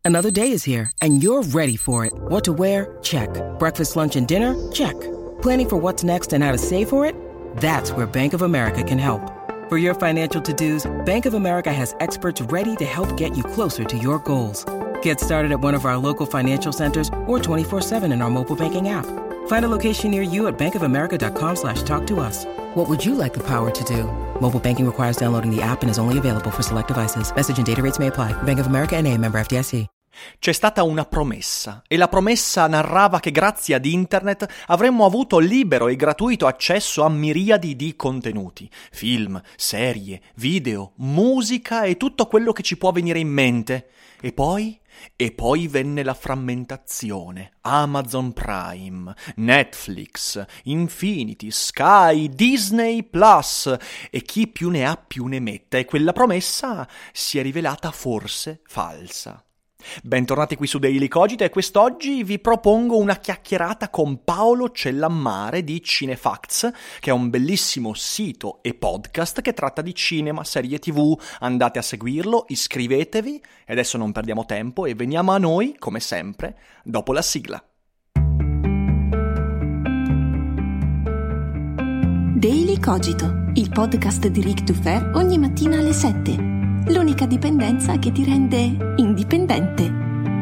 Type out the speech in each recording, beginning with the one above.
Another day is here, and you're ready for it. What to wear? Check. Breakfast, lunch, and dinner? Check. Planning for what's next and how to save for it? That's where Bank of America can help. For your financial to-dos, Bank of America has experts ready to help get you closer to your goals. Get started at one of our local financial centers or 24/7 in our mobile banking app. Find a location near you at bankofamerica.com/talktous. What would you like the power to do? Mobile banking requires downloading the app and is only available for select devices. Message and data rates may apply. Bank of America N.A., member FDIC. C'è stata una promessa, e la promessa narrava che grazie ad internet avremmo avuto libero e gratuito accesso a miriadi di contenuti, film, serie, video, musica e tutto quello che ci può venire in mente. E poi venne la frammentazione. Amazon Prime, Netflix, Infinity, Sky, Disney Plus, e chi più ne ha più ne metta, e quella promessa si è rivelata forse falsa. Bentornati qui su Daily Cogito, e quest'oggi vi propongo una chiacchierata con Paolo Cellammare di Cinefacts, che è un bellissimo sito e podcast che tratta di cinema, serie TV. Andate a seguirlo, iscrivetevi, e adesso non perdiamo tempo e veniamo a noi, come sempre, dopo la sigla. Daily Cogito, il podcast di Ric Dufer ogni mattina alle 7. L'unica dipendenza che ti rende indipendente.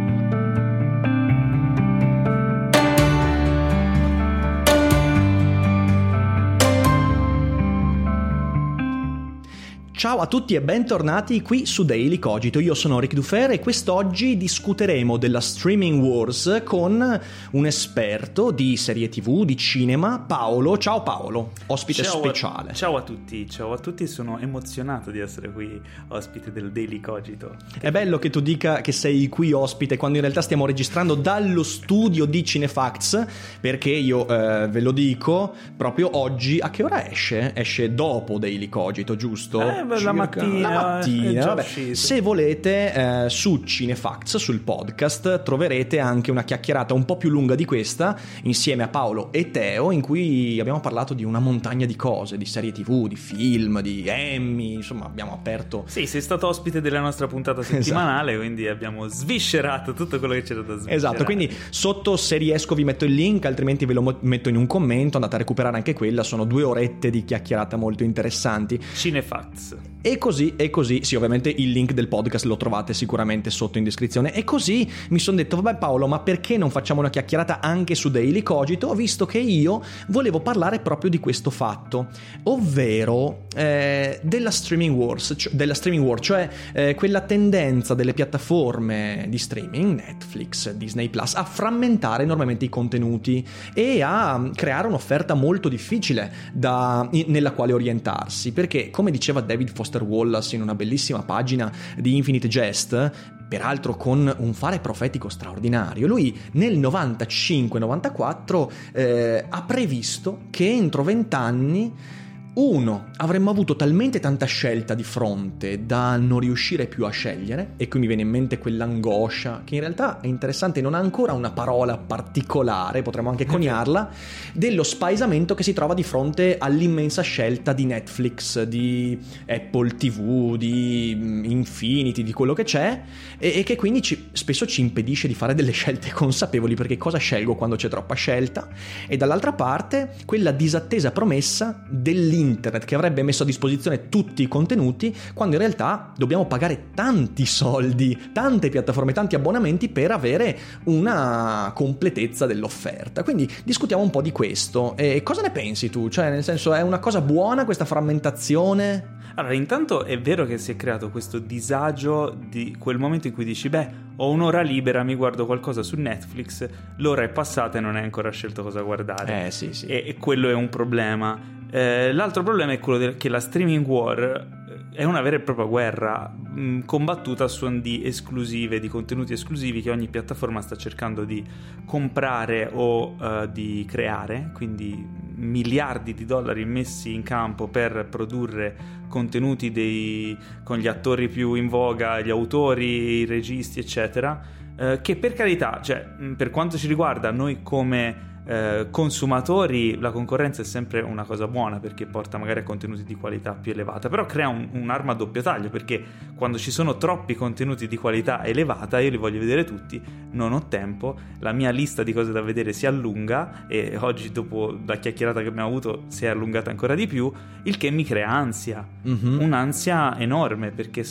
Ciao a tutti e bentornati qui su Daily Cogito. Io sono Ric Dufer e quest'oggi discuteremo della Streaming Wars con un esperto di serie TV, di cinema, Paolo. Ciao Paolo, ospite speciale. Ciao a tutti, sono emozionato di essere qui ospite del Daily Cogito. È bello che tu dica che sei qui ospite quando in realtà stiamo registrando dallo studio di Cinefacts, perché io ve lo dico, proprio oggi, a che ora esce? Esce dopo Daily Cogito, giusto? La mattina. Vabbè. Se volete, su Cinefacts, sul podcast, troverete anche una chiacchierata un po' più lunga di questa, insieme a Paolo e Teo, in cui abbiamo parlato di una montagna di cose, di serie TV, di film, di Emmy, insomma abbiamo aperto... Sì, sei stato ospite della nostra puntata settimanale, esatto. Quindi abbiamo sviscerato tutto quello che c'era da sviscerare. Esatto, quindi sotto, se riesco, vi metto il link, altrimenti ve lo metto in un commento, andate a recuperare anche quella, sono 2 orette di chiacchierata molto interessanti. Cinefacts. E così, sì, ovviamente il link del podcast lo trovate sicuramente sotto in descrizione. E così mi sono detto, vabbè Paolo, ma perché non facciamo una chiacchierata anche su Daily Cogito, visto che io volevo parlare proprio di questo fatto, ovvero della streaming wars, cioè quella tendenza delle piattaforme di streaming, Netflix, Disney Plus, a frammentare enormemente i contenuti e a creare un'offerta molto difficile nella quale orientarsi, perché, come diceva David Foster Wallace in una bellissima pagina di Infinite Jest, peraltro con un fare profetico straordinario, lui nel 95-94 ha previsto che entro 20 anni avremmo avuto talmente tanta scelta di fronte da non riuscire più a scegliere, e qui mi viene in mente quell'angoscia, che in realtà è interessante, non ha ancora una parola particolare, potremmo anche coniarla, dello spaesamento che si trova di fronte all'immensa scelta di Netflix, di Apple TV, di Infinity, di quello che c'è, e che quindi spesso ci impedisce di fare delle scelte consapevoli, perché cosa scelgo quando c'è troppa scelta? E dall'altra parte quella disattesa promessa dell'internet, che avrebbe messo a disposizione tutti i contenuti, quando in realtà dobbiamo pagare tanti soldi, tante piattaforme, tanti abbonamenti per avere una completezza dell'offerta. Quindi discutiamo un po' di questo. E cosa ne pensi tu? Cioè, nel senso, è una cosa buona questa frammentazione? Allora, intanto è vero che si è creato questo disagio di quel momento in cui dici, ho un'ora libera, mi guardo qualcosa su Netflix, l'ora è passata e non hai ancora scelto cosa guardare. Sì. E quello è un problema. L'altro problema è quello che la streaming war è una vera e propria guerra combattuta a suon di esclusive, di contenuti esclusivi che ogni piattaforma sta cercando di comprare o di creare, quindi miliardi di dollari messi in campo per produrre contenuti con gli attori più in voga, gli autori, i registi, eccetera, che per carità, cioè per quanto ci riguarda, noi come consumatori la concorrenza è sempre una cosa buona, perché porta magari a contenuti di qualità più elevata, però crea un'arma a doppio taglio, perché quando ci sono troppi contenuti di qualità elevata io li voglio vedere tutti, non ho tempo, la mia lista di cose da vedere si allunga, e oggi dopo la chiacchierata che abbiamo avuto si è allungata ancora di più, il che mi crea ansia, un'ansia enorme, perché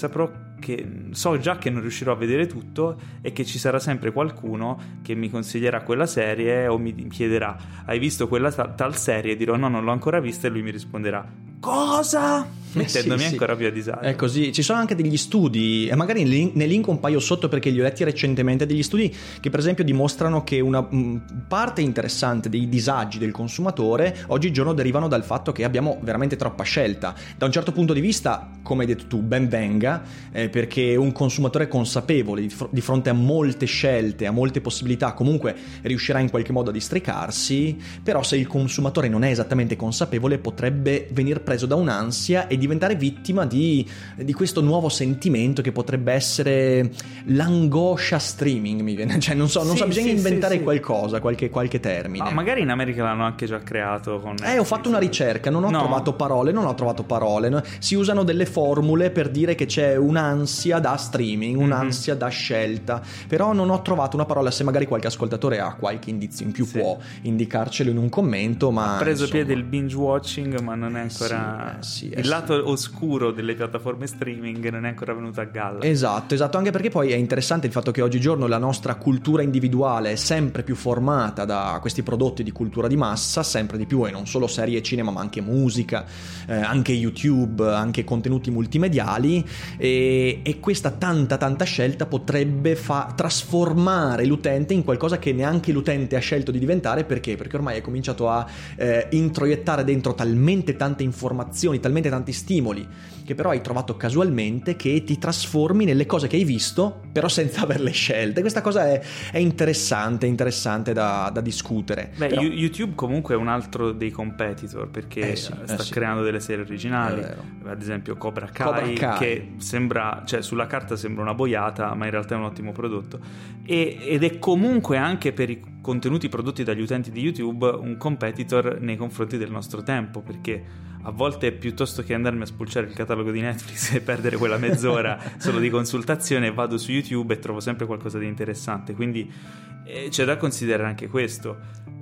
so già che non riuscirò a vedere tutto e che ci sarà sempre qualcuno che mi consiglierà quella serie o mi chiederà: hai visto quella tal serie? E dirò no, non l'ho ancora vista, e lui mi risponderà: cosa? Mettendomi ancora più a disagio. È così. Ci sono anche degli studi, e magari ne link un paio sotto perché li ho letti recentemente, degli studi che per esempio dimostrano che una parte interessante dei disagi del consumatore oggigiorno derivano dal fatto che abbiamo veramente troppa scelta. Da un certo punto di vista, come hai detto tu, ben venga, perché un consumatore consapevole di fronte a molte scelte, a molte possibilità, comunque riuscirà in qualche modo a districarsi. Però se il consumatore non è esattamente consapevole, potrebbe venir preso da un'ansia e diventare vittima di questo nuovo sentimento che potrebbe essere l'angoscia streaming, mi viene, cioè non so, bisogna inventare qualcosa, qualche termine. Magari in America l'hanno anche già creato con ho fatto una ricerca, non ho trovato parole. Si usano delle formule per dire che c'è un'ansia da streaming, un'ansia da scelta, però non ho trovato una parola. Se magari qualche ascoltatore ha qualche indizio in più può indicarcelo in un commento. Ma ha preso piede il binge watching, ma non è ancora il lato oscuro delle piattaforme streaming non è ancora venuto a galla. Esatto, anche perché poi è interessante il fatto che oggigiorno la nostra cultura individuale è sempre più formata da questi prodotti di cultura di massa, sempre di più, e non solo serie e cinema, ma anche musica, anche YouTube, anche contenuti multimediali, e questa tanta scelta potrebbe trasformare l'utente in qualcosa che neanche l'utente ha scelto di diventare. Perché ormai è cominciato a introiettare dentro talmente tante informazioni, talmente tanti stimoli, che però hai trovato casualmente, che ti trasformi nelle cose che hai visto però senza averle scelte. Questa cosa è interessante da discutere. Però YouTube comunque è un altro dei competitor, perché sta creando delle serie originali, ad esempio Cobra Kai, che sembra, cioè sulla carta sembra una boiata, ma in realtà è un ottimo prodotto, ed è comunque anche per i contenuti prodotti dagli utenti di YouTube un competitor nei confronti del nostro tempo, perché a volte piuttosto che andarmi a spulciare il catalogo di Netflix e perdere quella mezz'ora solo di consultazione, vado su YouTube e trovo sempre qualcosa di interessante. Quindi c'è da considerare anche questo.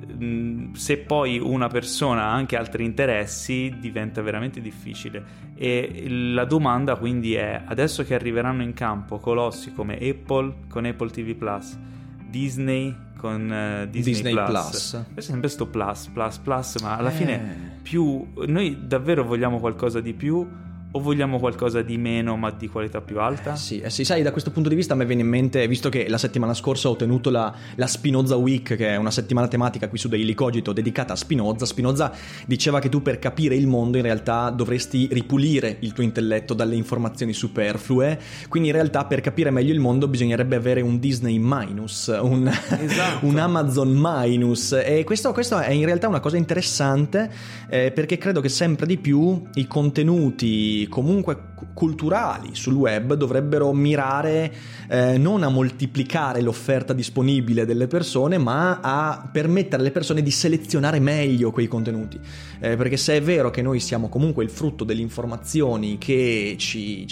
Se poi una persona ha anche altri interessi, diventa veramente difficile. E la domanda quindi è: adesso che arriveranno in campo colossi come Apple con Apple TV Plus, Disney con Disney Plus. È sempre sto plus, ma alla fine più noi davvero vogliamo qualcosa di più o vogliamo qualcosa di meno ma di qualità più alta? Sì, sai, da questo punto di vista a me viene in mente, visto che la settimana scorsa ho tenuto la Spinoza Week, che è una settimana tematica qui su Daily Cogito dedicata a Spinoza diceva che tu per capire il mondo in realtà dovresti ripulire il tuo intelletto dalle informazioni superflue, quindi in realtà per capire meglio il mondo bisognerebbe avere un Disney minus, un Amazon minus, e questo è in realtà una cosa interessante, perché credo che sempre di più i contenuti comunque culturali sul web dovrebbero mirare non a moltiplicare l'offerta disponibile delle persone, ma a permettere alle persone di selezionare meglio quei contenuti, perché se è vero che noi siamo comunque il frutto delle informazioni che ci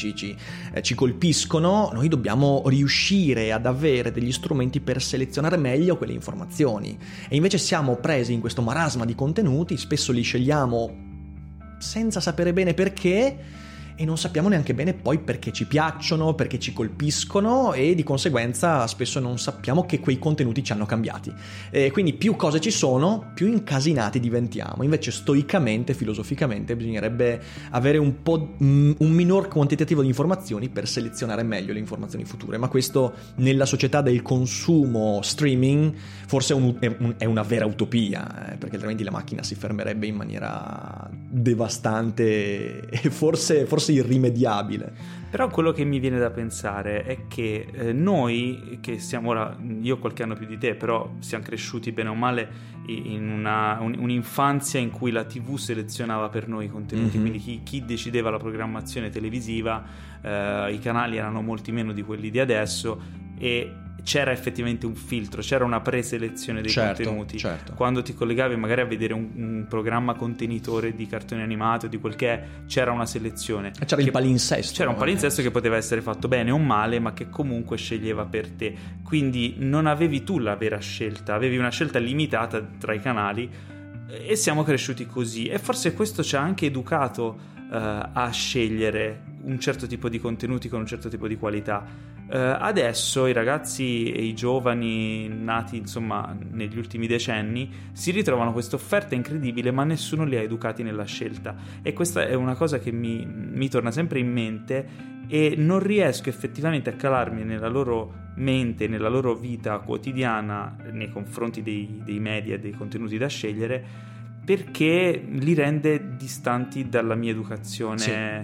colpiscono, noi dobbiamo riuscire ad avere degli strumenti per selezionare meglio quelle informazioni, e invece siamo presi in questo marasma di contenuti, spesso li scegliamo senza sapere bene perché, e non sappiamo neanche bene poi perché ci piacciono, perché ci colpiscono, e di conseguenza spesso non sappiamo che quei contenuti ci hanno cambiati. Quindi più cose ci sono, più incasinati diventiamo. Invece stoicamente, filosoficamente, bisognerebbe avere un minor quantitativo di informazioni per selezionare meglio le informazioni future. Ma questo nella società del consumo streaming forse è una vera utopia, perché altrimenti la macchina si fermerebbe in maniera devastante e forse irrimediabile. Però quello che mi viene da pensare è che noi che siamo ora, io ho qualche anno più di te, però siamo cresciuti bene o male in un'infanzia in cui la TV selezionava per noi i contenuti, quindi chi decideva la programmazione televisiva, i canali erano molti meno di quelli di adesso, e c'era effettivamente un filtro, c'era una preselezione dei contenuti. Certo. Quando ti collegavi magari a vedere un programma contenitore di cartoni animati o di quel che è, c'era una selezione. C'era il palinsesto. C'era un palinsesto che poteva essere fatto bene o male, ma che comunque sceglieva per te. Quindi non avevi tu la vera scelta, avevi una scelta limitata tra i canali, e siamo cresciuti così. E forse questo ci ha anche educato a scegliere un certo tipo di contenuti con un certo tipo di qualità. Adesso i ragazzi e i giovani nati insomma negli ultimi decenni si ritrovano questa offerta incredibile, ma nessuno li ha educati nella scelta, e questa è una cosa che mi torna sempre in mente, e non riesco effettivamente a calarmi nella loro mente, nella loro vita quotidiana nei confronti dei media e dei contenuti da scegliere, perché li rende distanti dalla mia educazione.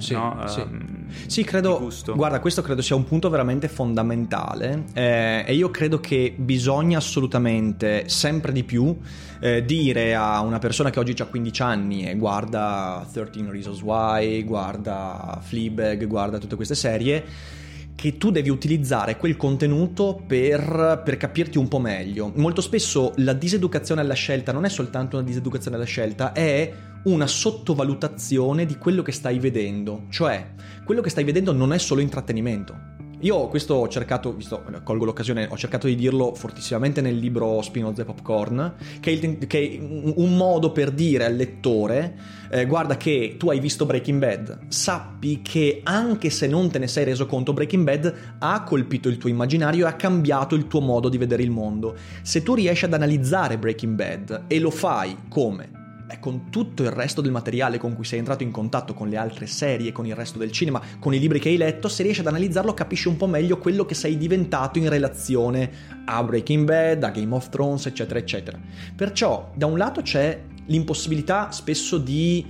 Sì, credo, di gusto. Guarda, questo credo sia un punto veramente fondamentale, e io credo che bisogna assolutamente sempre di più dire a una persona che oggi ha 15 anni e guarda 13 Reasons Why, guarda Fleabag, guarda tutte queste serie, che tu devi utilizzare quel contenuto per capirti un po' meglio. Molto spesso la diseducazione alla scelta non è soltanto una diseducazione alla scelta, è una sottovalutazione di quello che stai vedendo. Cioè, quello che stai vedendo non è solo intrattenimento. Io questo ho cercato, colgo l'occasione, ho cercato di dirlo fortissimamente nel libro Spinoza e Popcorn, che è un modo per dire al lettore: guarda che tu hai visto Breaking Bad, sappi che anche se non te ne sei reso conto, Breaking Bad ha colpito il tuo immaginario e ha cambiato il tuo modo di vedere il mondo. Se tu riesci ad analizzare Breaking Bad e lo fai come? Con tutto il resto del materiale con cui sei entrato in contatto, con le altre serie, con il resto del cinema, con i libri che hai letto, se riesci ad analizzarlo capisci un po' meglio quello che sei diventato in relazione a Breaking Bad, a Game of Thrones, eccetera eccetera. Perciò da un lato c'è l'impossibilità spesso di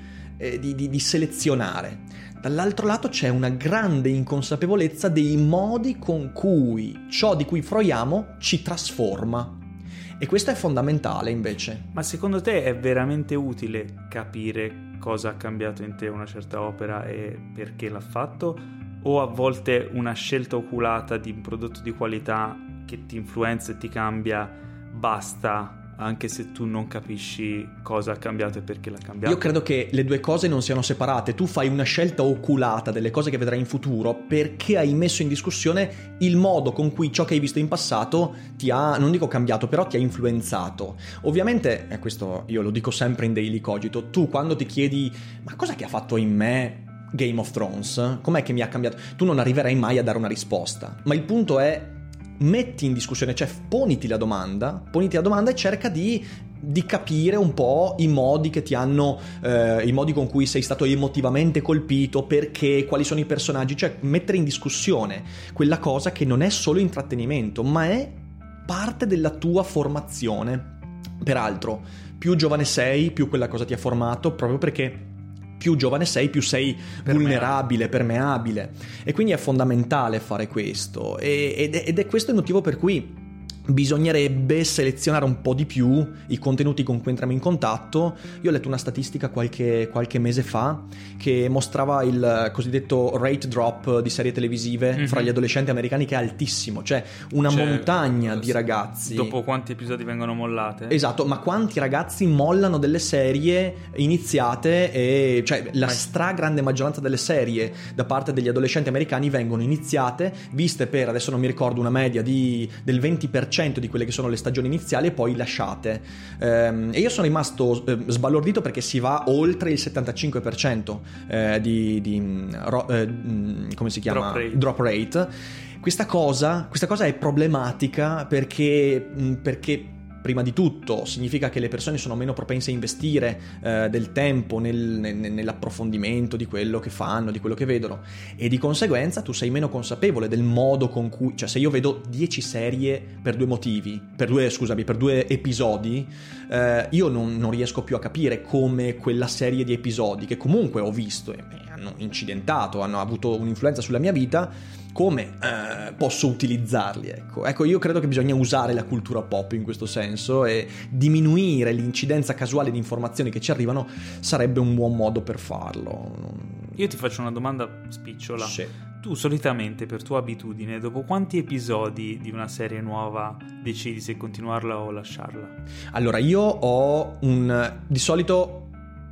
selezionare, dall'altro lato c'è una grande inconsapevolezza dei modi con cui ciò di cui fruiamo ci trasforma. E questo è fondamentale invece. Ma secondo te è veramente utile capire cosa ha cambiato in te una certa opera e perché l'ha fatto? O a volte una scelta oculata di un prodotto di qualità che ti influenza e ti cambia basta, anche se tu non capisci cosa ha cambiato e perché l'ha cambiato? Io credo che le due cose non siano separate. Tu fai una scelta oculata delle cose che vedrai in futuro perché hai messo in discussione il modo con cui ciò che hai visto in passato ti ha, non dico cambiato, però ti ha influenzato. Ovviamente, e questo io lo dico sempre in Daily Cogito, tu quando ti chiedi ma cosa che ha fatto in me Game of Thrones, com'è che mi ha cambiato, tu non arriverai mai a dare una risposta, ma il punto è: metti in discussione, cioè poniti la domanda e cerca di capire un po' i modi che ti hanno, i modi con cui sei stato emotivamente colpito, perché, quali sono i personaggi, cioè mettere in discussione quella cosa che non è solo intrattenimento, ma è parte della tua formazione. Peraltro, più giovane sei, più quella cosa ti ha formato, proprio perché più giovane sei, più sei vulnerabile, permeabile, e quindi è fondamentale fare questo, ed è questo il motivo per cui bisognerebbe selezionare un po' di più i contenuti con cui entriamo in contatto. Io ho letto una statistica qualche mese fa che mostrava il cosiddetto rate drop di serie televisive fra gli adolescenti americani, che è altissimo, cioè una montagna di ragazzi. Dopo quanti episodi vengono mollate? Esatto, ma quanti ragazzi mollano delle serie iniziate, e cioè la stragrande maggioranza delle serie da parte degli adolescenti americani vengono iniziate, viste per, adesso non mi ricordo, una media del 20% di quelle che sono le stagioni iniziali, e poi lasciate, e io sono rimasto sbalordito perché si va oltre il 75% come si chiama? Drop rate. Questa cosa è problematica perché prima di tutto significa che le persone sono meno propense a investire del tempo nell'approfondimento di quello che fanno, di quello che vedono, e di conseguenza tu sei meno consapevole del modo con cui, cioè se io vedo 10 serie per due episodi, io non riesco più a capire come quella serie di episodi che comunque ho visto e hanno incidentato, hanno avuto un'influenza sulla mia vita, come posso utilizzarli, ecco, io credo che bisogna usare la cultura pop in questo senso, e diminuire l'incidenza casuale di informazioni che ci arrivano sarebbe un buon modo per farlo. Io ti faccio una domanda spicciola. Sì. Tu solitamente, per tua abitudine, dopo quanti episodi di una serie nuova decidi se continuarla o lasciarla? Allora, io ho di solito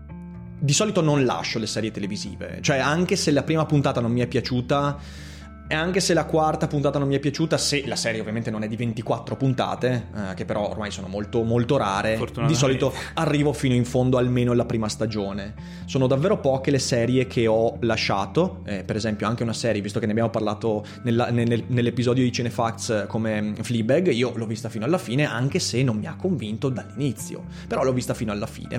non lascio le serie televisive, cioè anche se la prima puntata non mi è piaciuta, e anche se la quarta puntata non mi è piaciuta, se la serie ovviamente non è di 24 puntate, che però ormai sono molto molto rare, di solito arrivo fino in fondo almeno alla prima stagione. Sono davvero poche le serie che ho lasciato, per esempio anche una serie, visto che ne abbiamo parlato nell'episodio di Cinefacts come Fleabag, io l'ho vista fino alla fine, anche se non mi ha convinto dall'inizio, però l'ho vista fino alla fine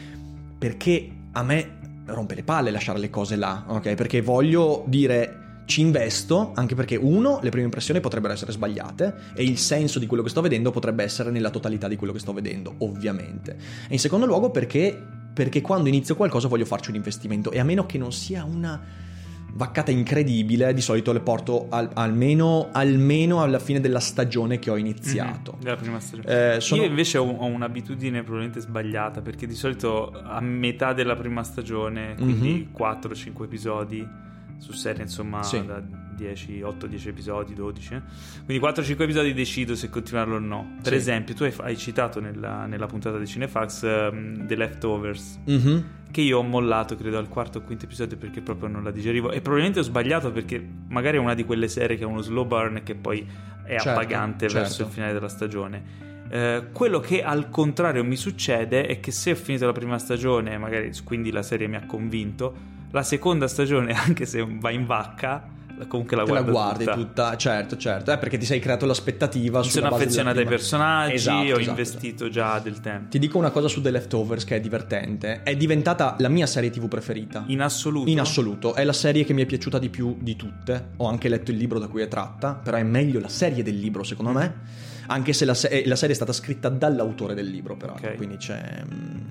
perché a me rompe le palle lasciare le cose là, ok? Perché voglio dire, ci investo, anche perché le prime impressioni potrebbero essere sbagliate e il senso di quello che sto vedendo potrebbe essere nella totalità di quello che sto vedendo, ovviamente. E in secondo luogo perché quando inizio qualcosa voglio farci un investimento, e a meno che non sia una vaccata incredibile, di solito le porto almeno alla fine della stagione che ho iniziato. Della prima stagione. Io invece ho un'abitudine probabilmente sbagliata, perché di solito a metà della prima stagione, quindi 4-5 episodi su serie, insomma, sì, da 8-10 episodi, 12, quindi 4-5 episodi decido se continuarlo o no. Per esempio, tu hai citato nella puntata di Cinefax The Leftovers, che io ho mollato credo al quarto o quinto episodio perché proprio non la digerivo, e probabilmente ho sbagliato, perché magari è una di quelle serie che ha uno slow burn che poi è appagante verso il finale della stagione. Quello che al contrario mi succede è che se ho finito la prima stagione, magari quindi la serie mi ha convinto, la seconda stagione, anche se va in vacca, comunque la guardi tutta. Certo, perché ti sei creato l'aspettativa. Mi sono affezionato ai personaggi, ho investito già del tempo. Ti dico una cosa su The Leftovers che è divertente: è diventata la mia serie TV preferita in assoluto, è la serie che mi è piaciuta di più di tutte. Ho anche letto il libro da cui è tratta, però è meglio la serie del libro secondo me, anche se la serie è stata scritta dall'autore del libro, però quindi c'è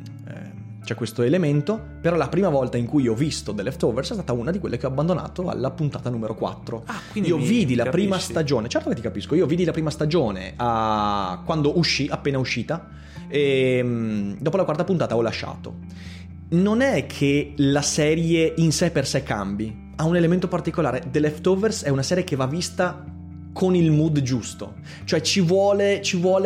questo elemento. Però la prima volta in cui ho visto The Leftovers è stata una di quelle che ho abbandonato alla puntata numero 4. Io vidi la prima stagione, certo che ti capisco, io vidi la prima stagione quando appena uscita, e dopo la quarta puntata ho lasciato. Non è che la serie in sé per sé cambi, ha un elemento particolare. The Leftovers è una serie che va vista con il mood giusto, cioè ci vuole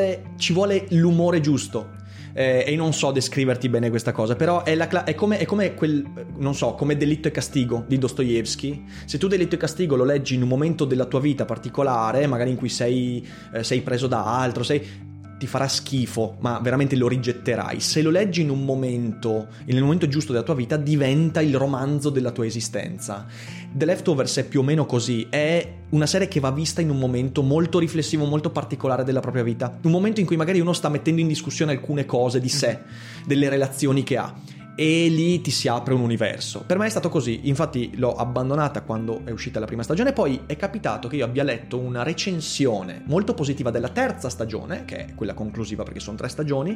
l'umore giusto. E non so descriverti bene questa cosa, però è come quel, non so, come Delitto e Castigo di Dostoevsky. Se tu Delitto e Castigo lo leggi in un momento della tua vita particolare, magari in cui sei preso da altro, ti farà schifo, ma veramente lo rigetterai. Se lo leggi nel momento giusto della tua vita, diventa il romanzo della tua esistenza. The Leftovers è più o meno così, è una serie che va vista in un momento molto riflessivo, molto particolare della propria vita, un momento in cui magari uno sta mettendo in discussione alcune cose di sé, delle relazioni che ha, e lì ti si apre un universo. Per me è stato così, infatti l'ho abbandonata quando è uscita la prima stagione. Poi è capitato che io abbia letto una recensione molto positiva della terza stagione, che è quella conclusiva perché sono 3 stagioni,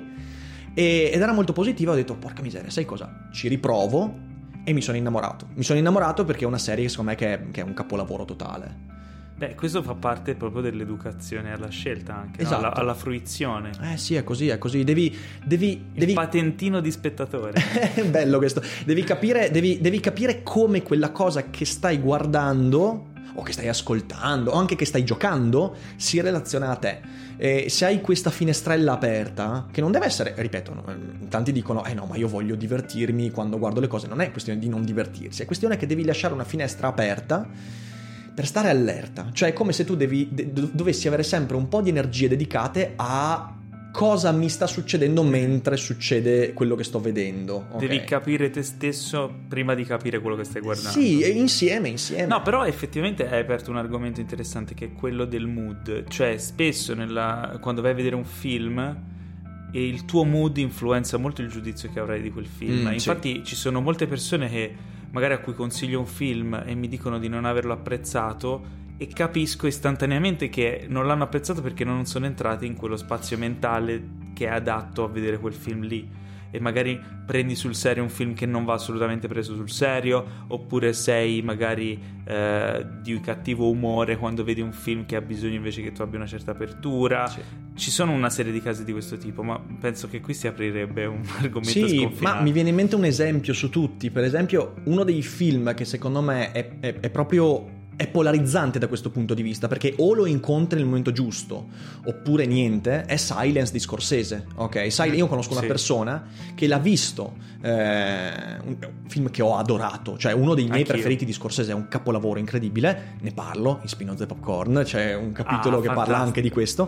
ed era molto positiva. Ho detto, porca miseria, sai cosa? Ci riprovo, e mi sono innamorato perché è una serie secondo me che è un capolavoro totale. Beh, questo fa parte proprio dell'educazione alla scelta anche, esatto, no? alla fruizione. Sì, è così. Devi il patentino di spettatore. È bello questo. Devi capire come quella cosa che stai guardando, o che stai ascoltando, o anche che stai giocando, si relaziona a te. E se hai questa finestrella aperta, che non deve essere, ripeto, tanti dicono no, ma io voglio divertirmi quando guardo le cose. Non è questione di non divertirsi, è questione che devi lasciare una finestra aperta per stare allerta. Cioè è come se tu dovessi avere sempre un po' di energie dedicate a cosa mi sta succedendo mentre succede quello che sto vedendo. Okay? Devi capire te stesso prima di capire quello che stai guardando. Sì, insieme. No, però effettivamente hai aperto un argomento interessante, che è quello del mood. Cioè spesso quando vai a vedere un film, e il tuo mood influenza molto il giudizio che avrai di quel film. Infatti ci sono molte persone che magari a cui consiglio un film e mi dicono di non averlo apprezzato, e capisco istantaneamente che non l'hanno apprezzato perché non sono entrati in quello spazio mentale che è adatto a vedere quel film lì. e magari prendi sul serio un film che non va assolutamente preso sul serio, oppure sei magari di cattivo umore quando vedi un film che ha bisogno invece che tu abbia una certa apertura. Sì. Ci sono una serie di casi di questo tipo, ma penso che qui si aprirebbe un argomento sconfinato. Ma mi viene in mente un esempio su tutti. Per esempio, uno dei film che secondo me è proprio è polarizzante da questo punto di vista, perché o lo incontri nel momento giusto oppure niente, è Silence di Scorsese. Ok, io conosco una persona che l'ha visto, un film che ho adorato, cioè uno dei miei preferiti di Scorsese, è un capolavoro incredibile, ne parlo in Spin on the Popcorn, c'è un capitolo che parla anche di questo,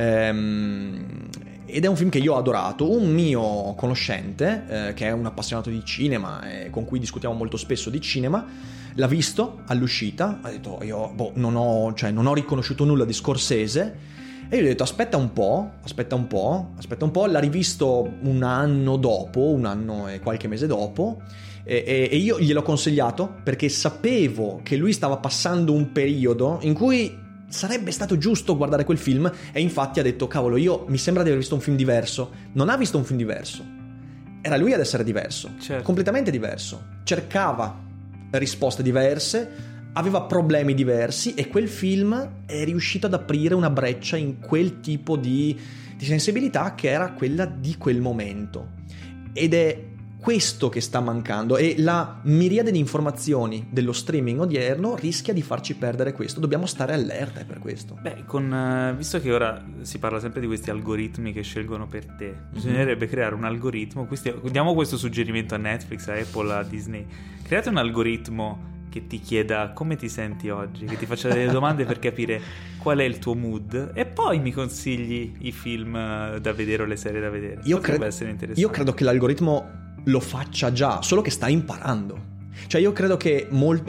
ed è un film che io ho adorato. Un mio conoscente, che è un appassionato di cinema e con cui discutiamo molto spesso di cinema, l'ha visto all'uscita, ha detto io non ho riconosciuto nulla di Scorsese, e io gli ho detto aspetta un po', l'ha rivisto un anno e qualche mese dopo, e io gliel'ho consigliato perché sapevo che lui stava passando un periodo in cui sarebbe stato giusto guardare quel film, e infatti ha detto cavolo, io mi sembra di aver visto un film diverso. Non ha visto un film diverso, era lui ad essere diverso, certo. Completamente diverso, cercava risposte diverse, aveva problemi diversi, e quel film è riuscito ad aprire una breccia in quel tipo di sensibilità che era quella di quel momento, ed è questo che sta mancando, e la miriade di informazioni dello streaming odierno rischia di farci perdere questo. Dobbiamo stare allerta per questo. Visto che ora si parla sempre di questi algoritmi che scelgono per te, bisognerebbe creare un algoritmo. Diamo questo suggerimento a Netflix, a Apple, a Disney: create un algoritmo che ti chieda come ti senti oggi, che ti faccia delle domande per capire qual è il tuo mood, e poi mi consigli i film da vedere o le serie da vedere. Io credo che l'algoritmo lo faccia già, solo che sta imparando. Cioè io credo che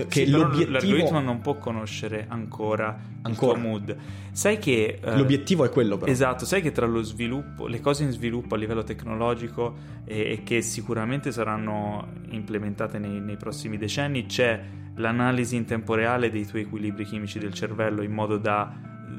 l'algoritmo non può conoscere ancora il tuo mood. Sai che l'obiettivo è quello, però. Esatto, sai che tra lo sviluppo, le cose in sviluppo a livello tecnologico e che sicuramente saranno implementate nei prossimi decenni, c'è l'analisi in tempo reale dei tuoi equilibri chimici del cervello, in modo da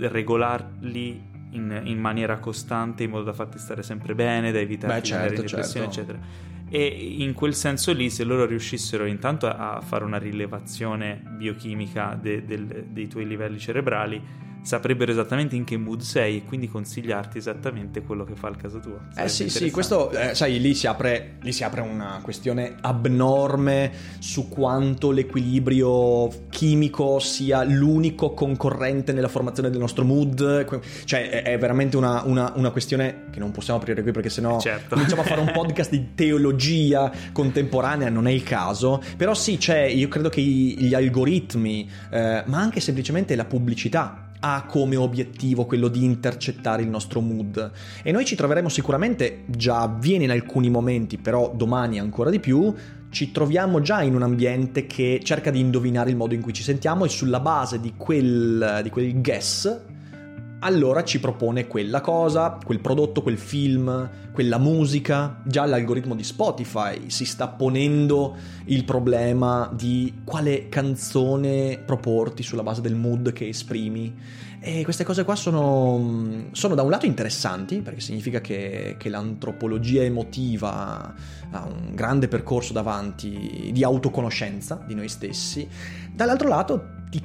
regolarli in maniera costante, in modo da farti stare sempre bene, da evitare depressione, eccetera. E in quel senso lì, se loro riuscissero intanto a fare una rilevazione biochimica dei tuoi livelli cerebrali, saprebbero esattamente in che mood sei e quindi consigliarti esattamente quello che fa il caso tuo. Sì, questo sai, lì si apre una questione abnorme su quanto l'equilibrio chimico sia l'unico concorrente nella formazione del nostro mood. Cioè è veramente una questione che non possiamo aprire qui, perché sennò cominciamo a fare un podcast di teologia contemporanea, non è il caso. Però sì, io credo che gli algoritmi, ma anche semplicemente la pubblicità, ha come obiettivo quello di intercettare il nostro mood, e noi ci troveremo sicuramente, già avviene in alcuni momenti, però domani ancora di più, ci troviamo già in un ambiente che cerca di indovinare il modo in cui ci sentiamo, e sulla base di quel guess allora ci propone quella cosa, quel prodotto, quel film, quella musica. Già l'algoritmo di Spotify si sta ponendo il problema di quale canzone proporti sulla base del mood che esprimi, e queste cose qua sono da un lato interessanti, perché significa che l'antropologia emotiva ha un grande percorso davanti di autoconoscenza di noi stessi. Dall'altro lato ti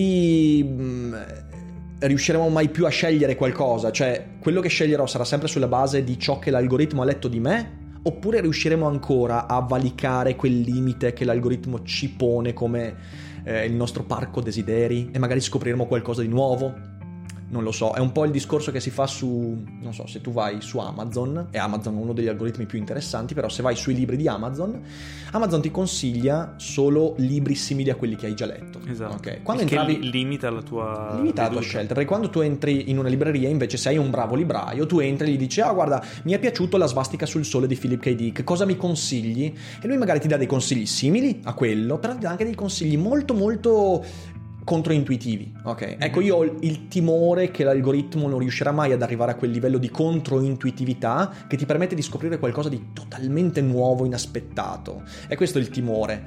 chiedi: riusciremo mai più a scegliere qualcosa? Cioè, quello che sceglierò sarà sempre sulla base di ciò che l'algoritmo ha letto di me, oppure riusciremo ancora a valicare quel limite che l'algoritmo ci pone come il nostro parco desideri, e magari scopriremo qualcosa di nuovo? Non lo so, è un po' il discorso che si fa su, non so, se tu vai su Amazon, e Amazon è uno degli algoritmi più interessanti, però se vai sui libri di Amazon ti consiglia solo libri simili a quelli che hai già letto. Esatto. Okay. Limita la tua scelta, perché quando tu entri in una libreria, invece, se hai un bravo libraio, tu entri e gli dici: guarda, mi è piaciuto La svastica sul sole di Philip K. Dick, cosa mi consigli? E lui magari ti dà dei consigli simili a quello, però ti dà anche dei consigli molto molto controintuitivi, ok? Ecco, io ho il timore che l'algoritmo non riuscirà mai ad arrivare a quel livello di controintuitività che ti permette di scoprire qualcosa di totalmente nuovo, inaspettato. E questo è il timore,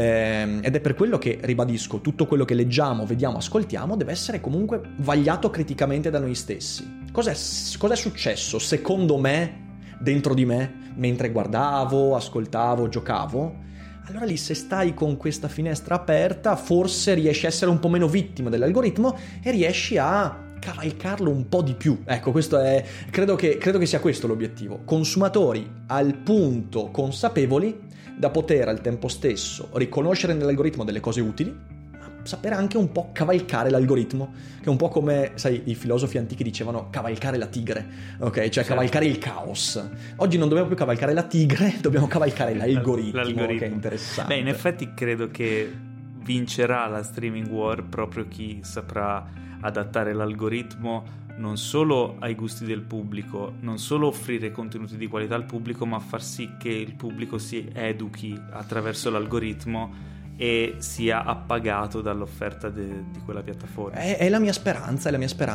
ed è per quello che, ribadisco, tutto quello che leggiamo, vediamo, ascoltiamo deve essere comunque vagliato criticamente da noi stessi. Cos'è successo, secondo me, dentro di me, mentre guardavo, ascoltavo, giocavo, allora lì se stai con questa finestra aperta forse riesci a essere un po' meno vittima dell'algoritmo e riesci a cavalcarlo un po' di più. Ecco, questo è, credo che sia questo l'obiettivo. Consumatori al punto consapevoli da poter al tempo stesso riconoscere nell'algoritmo delle cose utili, ma sapere anche un po' cavalcare l'algoritmo, che è un po' come, sai, i filosofi antichi dicevano cavalcare la tigre, ok? Cioè certo. Cavalcare il caos. Oggi non dobbiamo più cavalcare la tigre, dobbiamo cavalcare l'algoritmo, che è interessante. Beh, in effetti credo che vincerà la streaming war proprio chi saprà adattare l'algoritmo non solo ai gusti del pubblico, non solo offrire contenuti di qualità al pubblico, ma far sì che il pubblico si educhi attraverso l'algoritmo e sia appagato dall'offerta di quella piattaforma. È la mia speranza,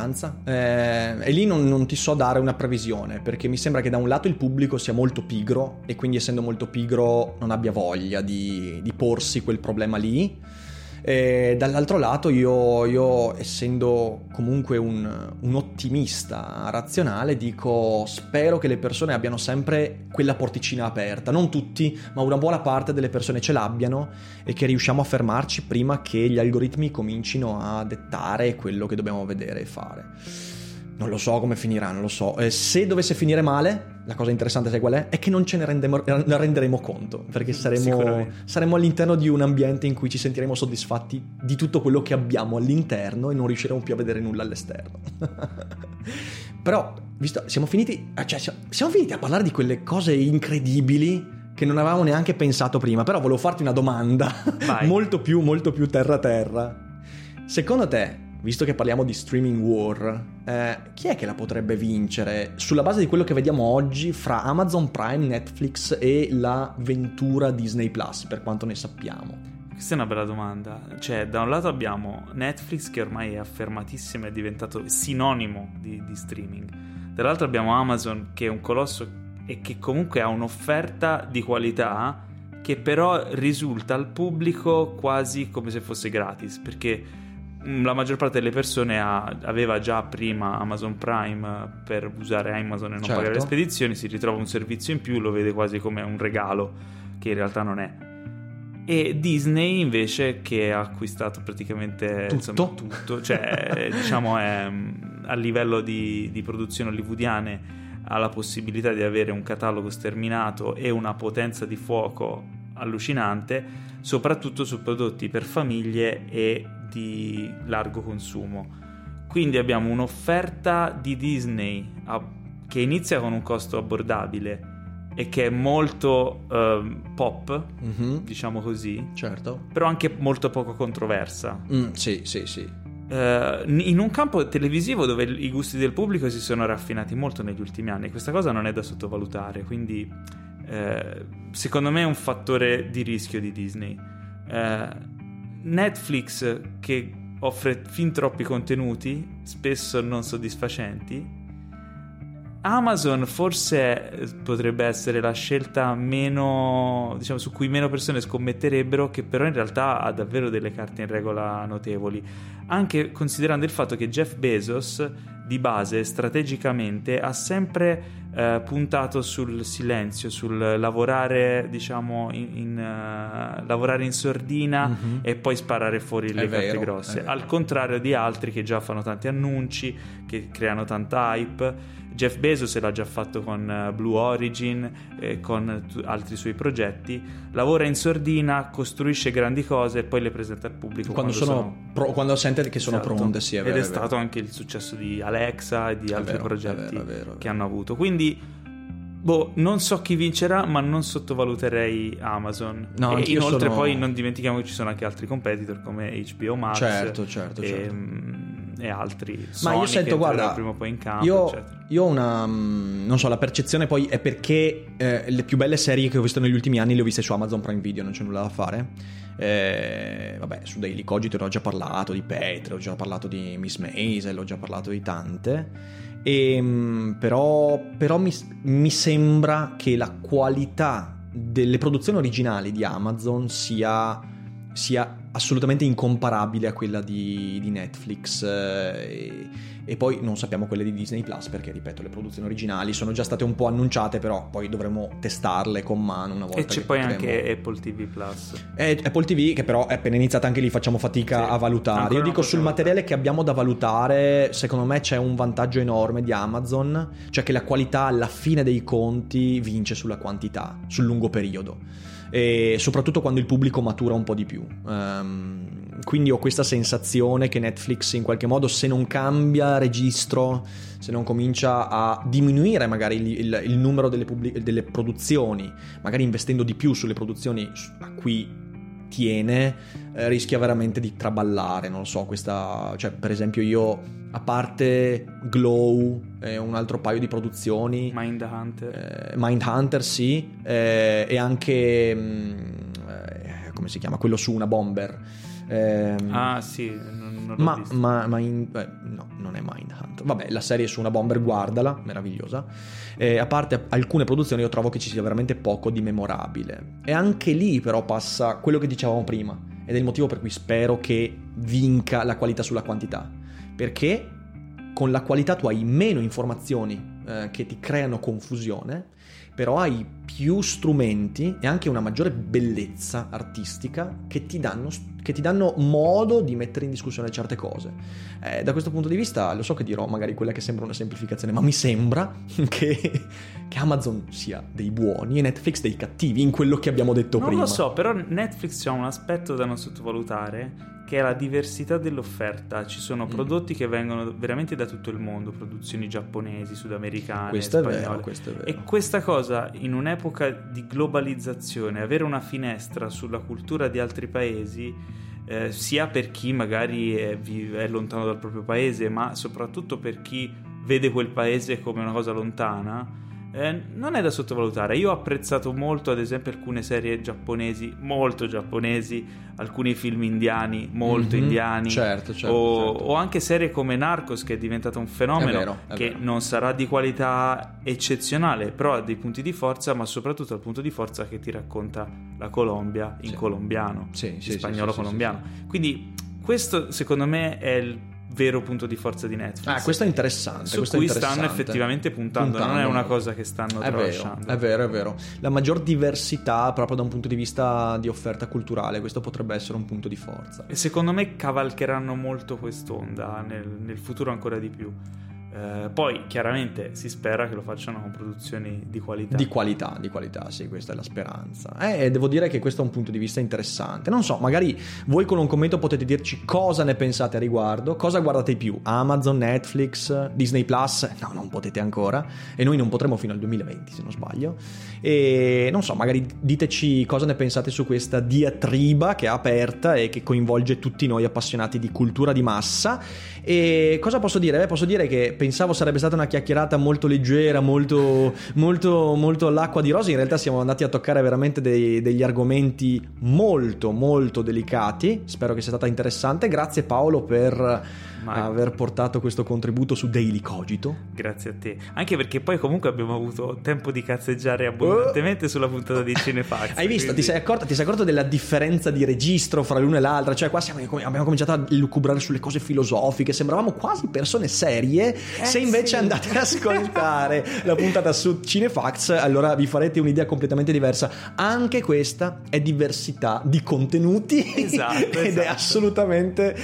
e lì non ti so dare una previsione, perché mi sembra che da un lato il pubblico sia molto pigro e quindi essendo molto pigro non abbia voglia di porsi quel problema lì. E dall'altro lato io essendo comunque un ottimista razionale dico spero che le persone abbiano sempre quella porticina aperta, non tutti ma una buona parte delle persone ce l'abbiano e che riusciamo a fermarci prima che gli algoritmi comincino a dettare quello che dobbiamo vedere e fare. Non lo so come finirà, non lo so. Se dovesse finire male, la cosa interessante sai qual è? È che non ce ne renderemo conto, perché saremo all'interno di un ambiente in cui ci sentiremo soddisfatti di tutto quello che abbiamo all'interno e non riusciremo più a vedere nulla all'esterno. Però, siamo finiti a parlare di quelle cose incredibili che non avevamo neanche pensato prima, però volevo farti una domanda molto più terra. Secondo te, visto che parliamo di streaming war, chi è che la potrebbe vincere sulla base di quello che vediamo oggi fra Amazon Prime, Netflix e la ventura Disney Plus, per quanto ne sappiamo? Questa è una bella domanda. Cioè, da un lato abbiamo Netflix che ormai è affermatissimo, è diventato sinonimo di streaming. Dall'altro abbiamo Amazon che è un colosso e che comunque ha un'offerta di qualità che però risulta al pubblico quasi come se fosse gratis, perché la maggior parte delle persone aveva già prima Amazon Prime per usare Amazon e non pagare le spedizioni, si ritrova un servizio in più, lo vede quasi come un regalo, che in realtà non è. E Disney invece, che ha acquistato praticamente tutto, cioè diciamo è a livello di produzioni hollywoodiane, ha la possibilità di avere un catalogo sterminato e una potenza di fuoco allucinante, soprattutto su prodotti per famiglie e di largo consumo. Quindi abbiamo un'offerta di Disney che inizia con un costo abbordabile e che è molto pop, diciamo così, certo, però anche molto poco controversa. Sì. In un campo televisivo dove i gusti del pubblico si sono raffinati molto negli ultimi anni, questa cosa non è da sottovalutare, quindi secondo me è un fattore di rischio di Disney. Netflix che offre fin troppi contenuti, spesso non soddisfacenti. Amazon forse potrebbe essere la scelta meno, diciamo, su cui meno persone scommetterebbero, che però in realtà ha davvero delle carte in regola notevoli, anche considerando il fatto che Jeff Bezos di base strategicamente ha sempre puntato sul silenzio, sul lavorare, diciamo, lavorare in sordina e poi sparare fuori le carte grosse, al contrario di altri che già fanno tanti annunci, che creano tanta hype. Jeff Bezos l'ha già fatto con Blue Origin, con altri suoi progetti, lavora in sordina, costruisce grandi cose e poi le presenta al pubblico quando sente che sono pronte. Sì, ed è stato anche il successo di Alexa e di altri progetti che hanno avuto. Quindi non so chi vincerà, ma non sottovaluterei Amazon. No, e inoltre poi non dimentichiamo che ci sono anche altri competitor come HBO Max, certo. E altri. Ma io sento, guarda, prima o poi in campo, io ho una, non so, la percezione poi è perché le più belle serie che ho visto negli ultimi anni le ho viste su Amazon Prime Video, non c'è nulla da fare. Su Daily Cogito ne ho già parlato, di Petre, ho già parlato di Miss Maisel, ho già parlato di tante. Però mi sembra che la qualità delle produzioni originali di Amazon sia assolutamente incomparabile a quella di Netflix, e poi non sappiamo quelle di Disney Plus, perché ripeto, le produzioni originali sono già state un po' annunciate, però poi dovremo testarle con mano una volta. E c'è che poi potremo... anche Apple TV Plus. Apple TV, che però è appena iniziata anche lì, facciamo fatica a valutare. Io dico, sul materiale che abbiamo da valutare, secondo me c'è un vantaggio enorme di Amazon, cioè che la qualità alla fine dei conti vince sulla quantità, sul lungo periodo, e soprattutto quando il pubblico matura un po' di più. Quindi ho questa sensazione che Netflix in qualche modo, se non cambia registro, se non comincia a diminuire magari il numero delle produzioni, magari investendo di più sulle produzioni a cui tiene, rischia veramente di traballare. Non lo so, cioè per esempio io, a parte Glow e un altro paio di produzioni, Mindhunter sì, e anche come si chiama, quello su una bomber, sì, non l'ho visto. no, non è Mindhunter, vabbè, la serie su una bomber, guardala, meravigliosa. A parte alcune produzioni, io trovo che ci sia veramente poco di memorabile, e anche lì però passa quello che dicevamo prima, ed è il motivo per cui spero che vinca la qualità sulla quantità, perché con la qualità tu hai meno informazioni che ti creano confusione, però hai più strumenti e anche una maggiore bellezza artistica che ti danno modo di mettere in discussione certe cose. Da questo punto di vista, lo so che dirò magari quella che sembra una semplificazione, ma mi sembra che Amazon sia dei buoni e Netflix dei cattivi, in quello che abbiamo detto prima. Non lo so, però Netflix ha un aspetto da non sottovalutare, che è la diversità dell'offerta. Ci sono prodotti che vengono veramente da tutto il mondo, produzioni giapponesi, sudamericane, spagnole. Questo è vero. E questa cosa, in un'epoca di globalizzazione, avere una finestra sulla cultura di altri paesi, sia per chi magari è lontano dal proprio paese, ma soprattutto per chi vede quel paese come una cosa lontana, non è da sottovalutare. Io ho apprezzato molto, ad esempio, alcune serie giapponesi, molto giapponesi, alcuni film indiani, molto indiani, certo. O anche serie come Narcos, che è diventato un fenomeno, è che vero. non sarà di qualità eccezionale, però ha dei punti di forza, ma soprattutto il punto di forza che ti racconta la Colombia in colombiano, in spagnolo colombiano. Quindi questo secondo me è il vero punto di forza di Netflix. Questo è interessante. Stanno effettivamente puntando, non è una cosa che stanno tralasciando. È vero. La maggior diversità proprio da un punto di vista di offerta culturale, questo potrebbe essere un punto di forza. E secondo me cavalcheranno molto quest'onda nel futuro ancora di più. Poi chiaramente si spera che lo facciano con produzioni di qualità. Di qualità, sì, questa è la speranza. Devo dire che questo è un punto di vista interessante. Non so, magari voi con un commento potete dirci cosa ne pensate a riguardo, cosa guardate di più, Amazon, Netflix, Disney Plus? No, non potete ancora, e noi non potremo fino al 2020 se non sbaglio. E non so, magari diteci cosa ne pensate su questa diatriba che è aperta e che coinvolge tutti noi appassionati di cultura di massa. E cosa posso dire? Posso dire che pensavo sarebbe stata una chiacchierata molto leggera, molto all'acqua di rose. In realtà siamo andati a toccare veramente degli argomenti molto molto delicati. Spero che sia stata interessante. Grazie Paolo per aver portato questo contributo su Daily Cogito. Grazie a te, anche perché poi comunque abbiamo avuto tempo di cazzeggiare abbondantemente sulla puntata di Cinefax. Hai visto? Quindi... ti sei accorto della differenza di registro fra l'una e l'altra? Cioè qua abbiamo cominciato a lucubrare sulle cose filosofiche, sembravamo quasi persone serie. Se invece andate ad ascoltare la puntata su Cinefax, allora vi farete un'idea completamente diversa. Anche questa è diversità di contenuti. Esatto. Ed è assolutamente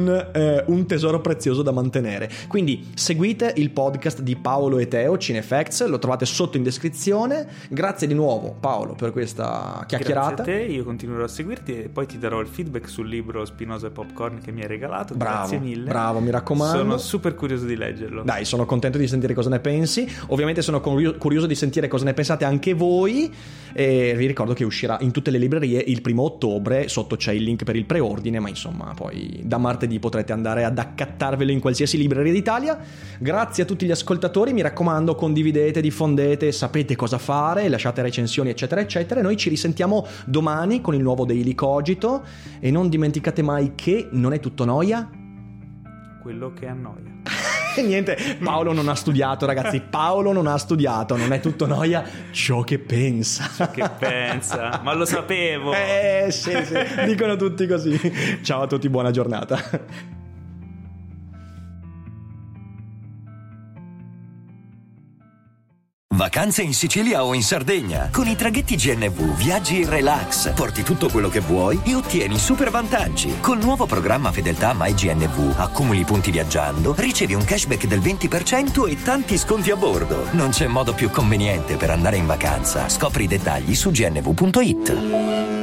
un tesoro prezioso da mantenere. Quindi seguite il podcast di Paolo e Teo, Cinefacts, lo trovate sotto in descrizione. Grazie di nuovo Paolo per questa chiacchierata. Grazie a te, io continuerò a seguirti e poi ti darò il feedback sul libro Spinoza e Popcorn che mi hai regalato. Grazie mille. Bravo, mi raccomando. Sono super curioso di leggerlo. Dai, sono contento di sentire cosa ne pensi. Ovviamente sono curioso di sentire cosa ne pensate anche voi. E vi ricordo che uscirà in tutte le librerie il 1° ottobre. Sotto c'è il link per il preordine, ma insomma poi da martedì potrete andare ad accattarvelo in qualsiasi libreria d'Italia. Grazie a tutti gli ascoltatori, mi raccomando, condividete, diffondete, sapete cosa fare, lasciate recensioni eccetera eccetera. Noi ci risentiamo domani con il nuovo Daily Cogito e non dimenticate mai che non è tutto noia quello che annoia. Niente, Paolo non ha studiato, ragazzi. Paolo non ha studiato, non è tutto noia ciò che pensa. Ciò che pensa, ma lo sapevo. Sì, dicono tutti così. Ciao a tutti, buona giornata. Vacanze in Sicilia o in Sardegna. Con i traghetti GNV viaggi in relax, porti tutto quello che vuoi e ottieni super vantaggi. Col nuovo programma Fedeltà MyGNV accumuli punti viaggiando, ricevi un cashback del 20% e tanti sconti a bordo. Non c'è modo più conveniente per andare in vacanza. Scopri i dettagli su gnv.it.